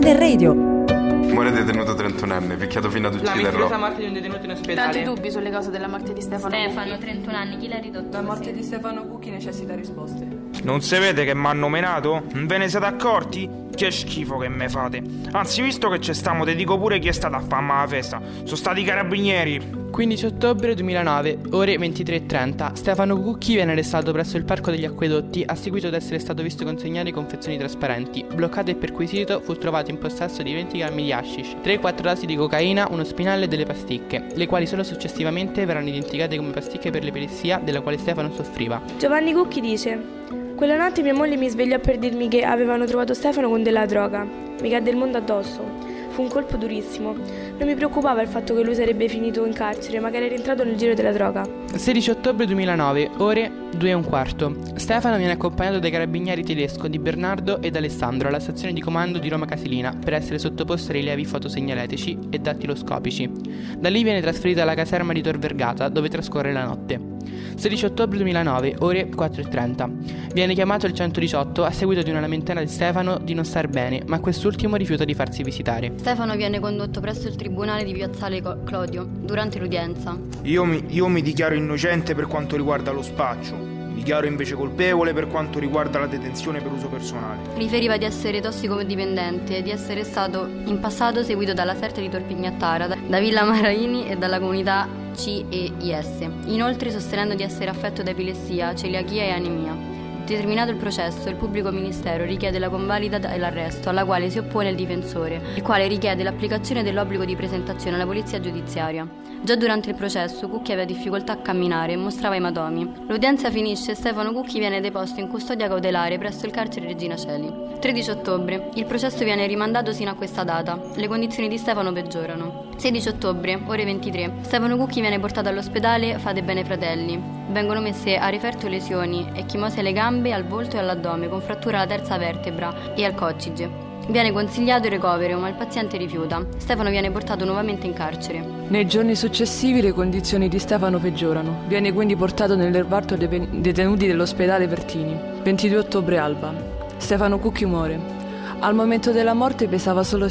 È Radio. Muore detenuto 31 anni, picchiato fino ad ucciderlo. La misteriosa morte di un detenuto in ospedale. Tanti dubbi sulle cause della morte di Stefano. 31 anni, chi l'ha ridotto? La morte di Stefano Cucchi necessita risposte. Non si vede che m'hanno menato? Non ve ne siete accorti? Che schifo che me fate. Anzi, visto che c'è stiamo, ti dico pure chi è stato a fama alla festa. Sono stati i carabinieri. 15 ottobre 2009, ore 23:30, Stefano Cucchi viene arrestato presso il Parco degli Acquedotti a seguito di essere stato visto consegnare confezioni trasparenti. Bloccato e perquisito, fu trovato in possesso di 20 grammi di hashish, 3-4 dasi di cocaina, uno spinello e delle pasticche, le quali solo successivamente verranno identificate come pasticche per l'epilessia della quale Stefano soffriva. Giovanni Cucchi dice: quella notte mia moglie mi svegliò per dirmi che avevano trovato Stefano con della droga. Mi cadde il mondo addosso. Fu un colpo durissimo. Non mi preoccupava il fatto che lui sarebbe finito in carcere, ma che era rientrato nel giro della droga. 16 ottobre 2009, ore 2:15. Stefano viene accompagnato dai carabinieri Tedesco, Di Bernardo ed Alessandro alla stazione di comando di Roma Casilina per essere sottoposto a rilievi fotosegnaletici e dattiloscopici. Da lì viene trasferito alla caserma di Tor Vergata, dove trascorre la notte. 16 ottobre 2009, ore 4:30. Viene chiamato il 118 a seguito di una lamentela di Stefano di non star bene, ma quest'ultimo rifiuta di farsi visitare. Stefano viene condotto presso il tribunale di Piazzale Clodio durante l'udienza. Io mi dichiaro innocente per quanto riguarda lo spaccio. Mi dichiaro invece colpevole per quanto riguarda la detenzione per uso personale. Riferiva di essere tossicodipendente e di essere stato in passato seguito dalla Serte di Torpignattara, da Villa Maraini e dalla comunità CEIS. Inoltre sostenendo di essere affetto da epilessia, celiachia e anemia. Terminato il processo, il pubblico ministero richiede la convalida dell'arresto, alla quale si oppone il difensore, il quale richiede l'applicazione dell'obbligo di presentazione alla polizia giudiziaria. Già durante il processo Cucchi aveva difficoltà a camminare e mostrava ematomi. L'udienza finisce e Stefano Cucchi viene deposto in custodia cautelare presso il carcere Regina Coeli. 13 ottobre. Il processo viene rimandato sino a questa data. Le condizioni di Stefano peggiorano. 16 ottobre, ore 23. Stefano Cucchi viene portato all'ospedale Fate Bene Fratelli. Vengono messe a referto lesioni, ecchimosi alle gambe, al volto e all'addome, con frattura alla terza vertebra e al coccige. Viene consigliato il ricovero, ma il paziente rifiuta. Stefano viene portato nuovamente in carcere. Nei giorni successivi le condizioni di Stefano peggiorano. Viene quindi portato nel reparto detenuti dell'ospedale Pertini. 22 ottobre alba. Stefano Cucchi muore. Al momento della morte pesava solo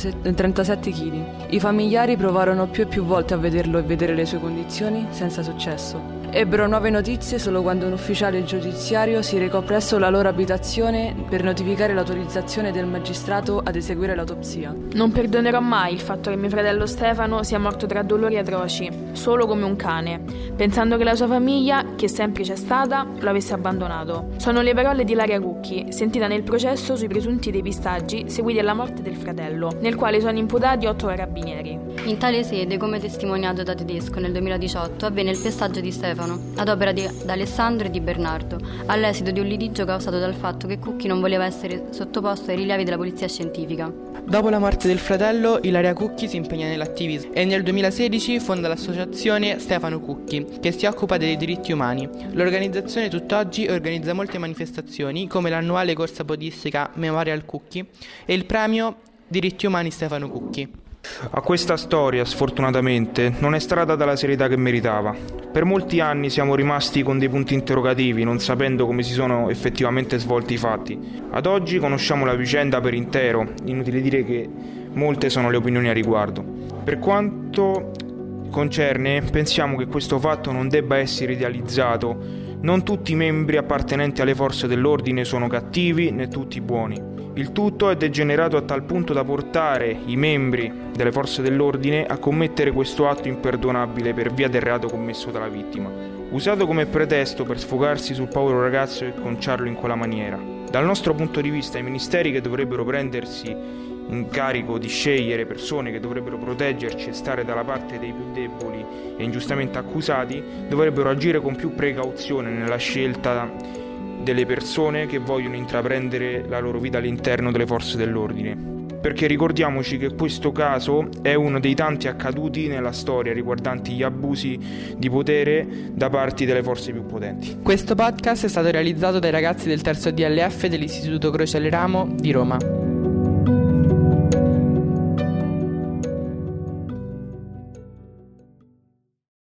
37 kg. I familiari provarono più e più volte a vederlo e vedere le sue condizioni, senza successo. Ebbero nuove notizie solo quando un ufficiale giudiziario si recò presso la loro abitazione per notificare l'autorizzazione del magistrato ad eseguire l'autopsia. Non perdonerò mai il fatto che mio fratello Stefano sia morto tra dolori atroci, solo come un cane, pensando che la sua famiglia, che sempre c'è stata, lo avesse abbandonato. Sono le parole di Ilaria Cucchi, sentita nel processo sui presunti depistaggi seguiti alla morte del fratello, nel quale sono imputati 8 carabinieri. In tale sede, come testimoniato da Tedesco nel 2018, avvenne il pestaggio di Stefano ad opera di Alessandro e di Bernardo, all'esito di un litigio causato dal fatto che Cucchi non voleva essere sottoposto ai rilievi della polizia scientifica. Dopo la morte del fratello, Ilaria Cucchi si impegna nell'attivismo e nel 2016 fonda l'associazione Stefano Cucchi, che si occupa dei diritti umani. L'organizzazione tutt'oggi organizza molte manifestazioni, come l'annuale corsa podistica Memorial Cucchi e il premio Diritti Umani Stefano Cucchi. A questa storia, sfortunatamente, non è stata data la serietà che meritava. Per molti anni siamo rimasti con dei punti interrogativi, non sapendo come si sono effettivamente svolti i fatti. Ad oggi conosciamo la vicenda per intero, inutile dire che molte sono le opinioni a riguardo. Per quanto concerne, pensiamo che questo fatto non debba essere idealizzato. Non tutti i membri appartenenti alle forze dell'ordine sono cattivi, né tutti buoni. Il tutto è degenerato a tal punto da portare i membri delle forze dell'ordine a commettere questo atto imperdonabile per via del reato commesso dalla vittima, usato come pretesto per sfogarsi sul povero ragazzo e conciarlo in quella maniera. Dal nostro punto di vista, i ministeri che dovrebbero prendersi in carico di scegliere persone che dovrebbero proteggerci e stare dalla parte dei più deboli e ingiustamente accusati, dovrebbero agire con più precauzione nella scelta delle persone che vogliono intraprendere la loro vita all'interno delle forze dell'ordine. Perché ricordiamoci che questo caso è uno dei tanti accaduti nella storia riguardanti gli abusi di potere da parte delle forze più potenti. Questo podcast è stato realizzato dai ragazzi del terzo DLF dell'Istituto Croce Leramo di Roma.